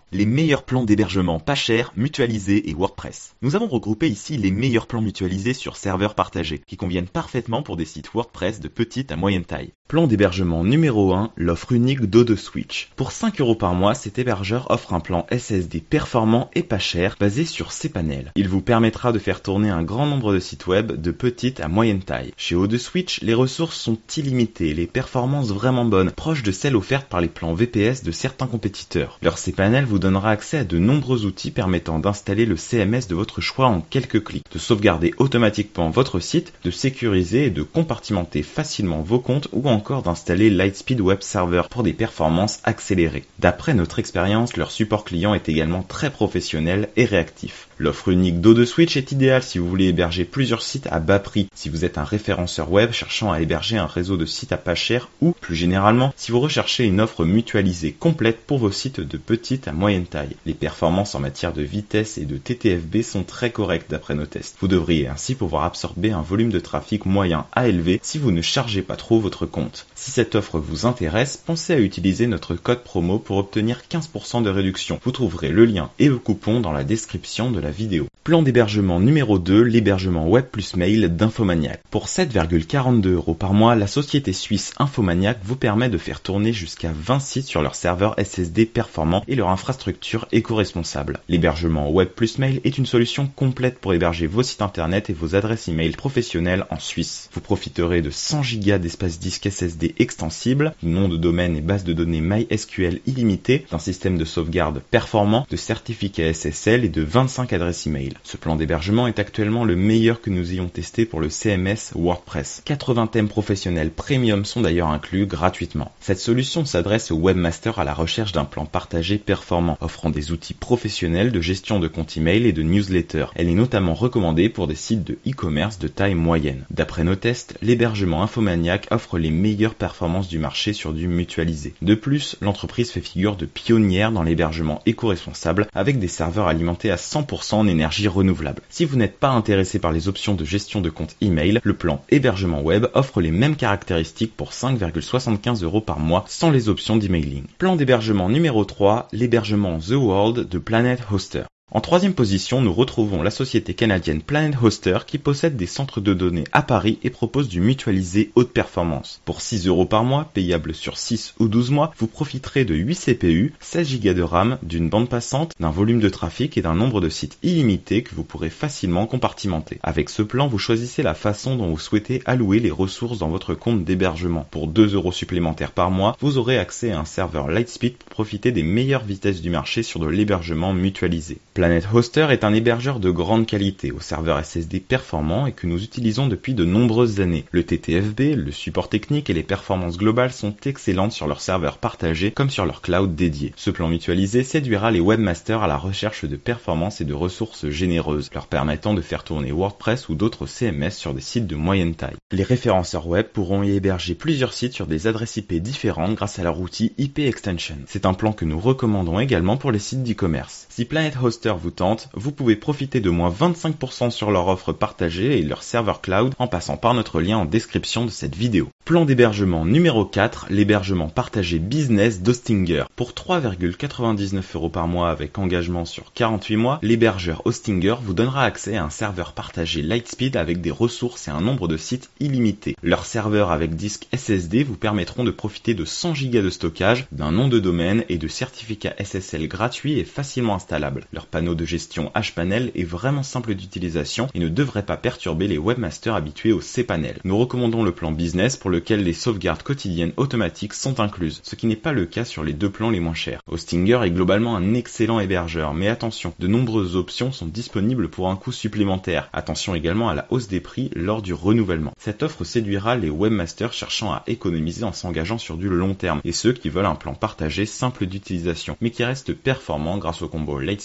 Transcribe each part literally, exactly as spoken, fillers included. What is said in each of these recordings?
Les meilleurs plans d'hébergement pas chers, mutualisés et WordPress. Nous avons regroupé ici les meilleurs plans mutualisés sur serveurs partagés, qui conviennent parfaitement pour des sites WordPress de petite à moyenne taille. Plan d'hébergement numéro un, l'offre unique d'OdoSwitch. Pour cinq euros par mois, cet hébergeur offre un plan S S D performant et pas cher, basé sur cPanel. Il vous permettra de faire tourner un grand nombre de sites web de petite à moyenne taille. Chez OdoSwitch, les ressources sont illimitées, les performances vraiment bonnes, proches de celles offertes par les plans V P S de certains compétiteurs. Leur cPanel vous donnera accès à de nombreux outils permettant d'installer le C M S de votre choix en quelques clics, de sauvegarder automatiquement votre site, de sécuriser et de compartimenter facilement vos comptes ou encore d'installer Lightspeed Web Server pour des performances accélérées. D'après notre expérience, leur support client est également très professionnel et réactif. L'offre unique d'OdoSwitch est idéale si vous voulez héberger plusieurs sites à bas prix, si vous êtes un référenceur web cherchant à héberger un réseau de sites à pas cher ou, plus généralement, si vous recherchez une offre mutualisée complète pour vos sites de petite à moyenne taille. Les performances en matière de vitesse et de T T F B sont très correctes d'après nos tests. Vous devriez ainsi pouvoir absorber un volume de trafic moyen à élevé si vous ne chargez pas trop votre compte. Si cette offre vous intéresse, pensez à utiliser notre code promo pour obtenir quinze pour cent de réduction. Vous trouverez le lien et le coupon dans la description de la vidéo. Plan d'hébergement numéro deux, l'hébergement web plus mail d'Infomaniac. Pour sept virgule quarante-deux euros par mois, la société suisse Infomaniac vous permet de faire tourner jusqu'à vingt sites sur leur serveur S S D performant et leur infrastructure éco-responsable. L'hébergement web plus mail est une solution complète pour héberger vos sites internet et vos adresses email professionnelles en Suisse. Vous profiterez de cent gigas d'espace disque S S D extensible, de noms de domaine et bases de données MySQL illimitées, d'un système de sauvegarde performant, de certificats S S L et de vingt-cinq adresses email. Ce plan d'hébergement est actuellement le meilleur que nous ayons testé pour le C M S WordPress. quatre-vingts thèmes professionnels premium sont d'ailleurs inclus gratuitement. Cette solution s'adresse aux webmasters à la recherche d'un plan partagé performant, offrant des outils professionnels de gestion de compte email et de newsletter. Elle est notamment recommandée pour des sites de e-commerce de taille moyenne. D'après nos tests, l'hébergement Infomaniac offre les meilleures performances du marché sur du mutualisé. De plus, l'entreprise fait figure de pionnière dans l'hébergement éco-responsable avec des serveurs alimentés à cent pour cent en énergie renouvelable. Si vous n'êtes pas intéressé par les options de gestion de compte email, le plan hébergement web offre les mêmes caractéristiques pour cinq virgule soixante-quinze euros par mois sans les options d'emailing. Plan d'hébergement numéro trois, l'hébergement The World de Planet Hoster. En troisième position, nous retrouvons la société canadienne Planet Hoster qui possède des centres de données à Paris et propose du mutualisé haute performance. Pour six euros par mois, payable sur six ou douze mois, vous profiterez de huit C P U, seize gigas de RAM, d'une bande passante, d'un volume de trafic et d'un nombre de sites illimité que vous pourrez facilement compartimenter. Avec ce plan, vous choisissez la façon dont vous souhaitez allouer les ressources dans votre compte d'hébergement. Pour deux euros supplémentaires par mois, vous aurez accès à un serveur Lightspeed pour profiter des meilleures vitesses du marché sur de l'hébergement mutualisé. Planet Hoster est un hébergeur de grande qualité, au serveur S S D performant et que nous utilisons depuis de nombreuses années. Le T T F B, le support technique et les performances globales sont excellentes sur leur serveur partagé comme sur leur cloud dédié. Ce plan mutualisé séduira les webmasters à la recherche de performances et de ressources généreuses, leur permettant de faire tourner WordPress ou d'autres C M S sur des sites de moyenne taille. Les référenceurs web pourront y héberger plusieurs sites sur des adresses I P différentes grâce à leur outil I P Extension. C'est un plan que nous recommandons également pour les sites d'e-commerce. Si Planet Hoster vous tente, vous pouvez profiter de moins vingt-cinq pour cent sur leur offre partagée et leur serveur cloud en passant par notre lien en description de cette vidéo. Plan d'hébergement numéro quatre, l'hébergement partagé business d'Hostinger. Pour trois virgule quatre-vingt-dix-neuf euros par mois avec engagement sur quarante-huit mois, l'hébergeur Hostinger vous donnera accès à un serveur partagé Lightspeed avec des ressources et un nombre de sites illimité. Leurs serveurs avec disque S S D vous permettront de profiter de cent gigas de stockage, d'un nom de domaine et de certificats S S L gratuits et facilement installables. Leur panneau de gestion H-Panel est vraiment simple d'utilisation et ne devrait pas perturber les webmasters habitués au cPanel. Nous recommandons le plan business pour lequel les sauvegardes quotidiennes automatiques sont incluses, ce qui n'est pas le cas sur les deux plans les moins chers. Hostinger est globalement un excellent hébergeur, mais attention, de nombreuses options sont disponibles pour un coût supplémentaire. Attention également à la hausse des prix lors du renouvellement. Cette offre séduira les webmasters cherchant à économiser en s'engageant sur du long terme et ceux qui veulent un plan partagé simple d'utilisation, mais qui reste performant grâce au combo Lightspeed et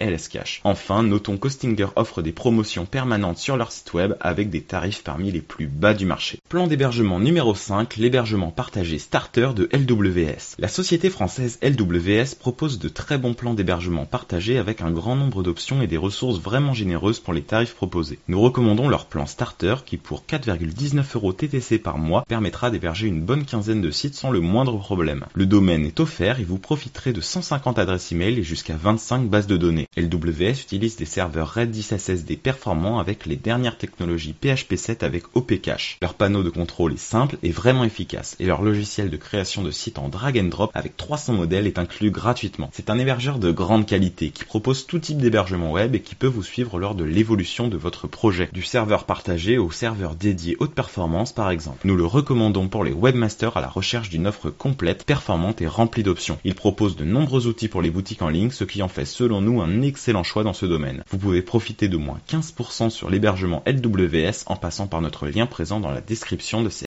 LSCache. Enfin, notons qu'Hostinger offre des promotions permanentes sur leur site web avec des tarifs parmi les plus bas du marché. Plan d'hébergement numéro cinq, l'hébergement partagé Starter de L W S. La société française L W S propose de très bons plans d'hébergement partagé avec un grand nombre d'options et des ressources vraiment généreuses pour les tarifs proposés. Nous recommandons leur plan Starter qui pour quatre virgule dix-neuf euros T T C par mois permettra d'héberger une bonne quinzaine de sites sans le moindre problème. Le domaine est offert et vous profiterez de cent cinquante adresses email et jusqu'à vingt-cinq bases de données. L W S utilise des serveurs RAID dix S S D performants avec les dernières technologies P H P sept avec O P Cache. Leur panneau de contrôle est simple et vraiment efficace et leur logiciel de création de sites en drag and drop avec trois cents modèles est inclus gratuitement. C'est un hébergeur de grande qualité qui propose tout type d'hébergement web et qui peut vous suivre lors de l'évolution de votre projet, du serveur partagé au serveur dédié haute performance par exemple. Nous le recommandons pour les webmasters à la recherche d'une offre complète, performante et remplie d'options. Il propose de nombreux outils pour les boutiques en ligne, ce qui en fait selon nous un excellent choix dans ce domaine. Vous pouvez profiter de moins quinze pour cent sur l'hébergement L W S en passant par notre lien présent dans la description de cette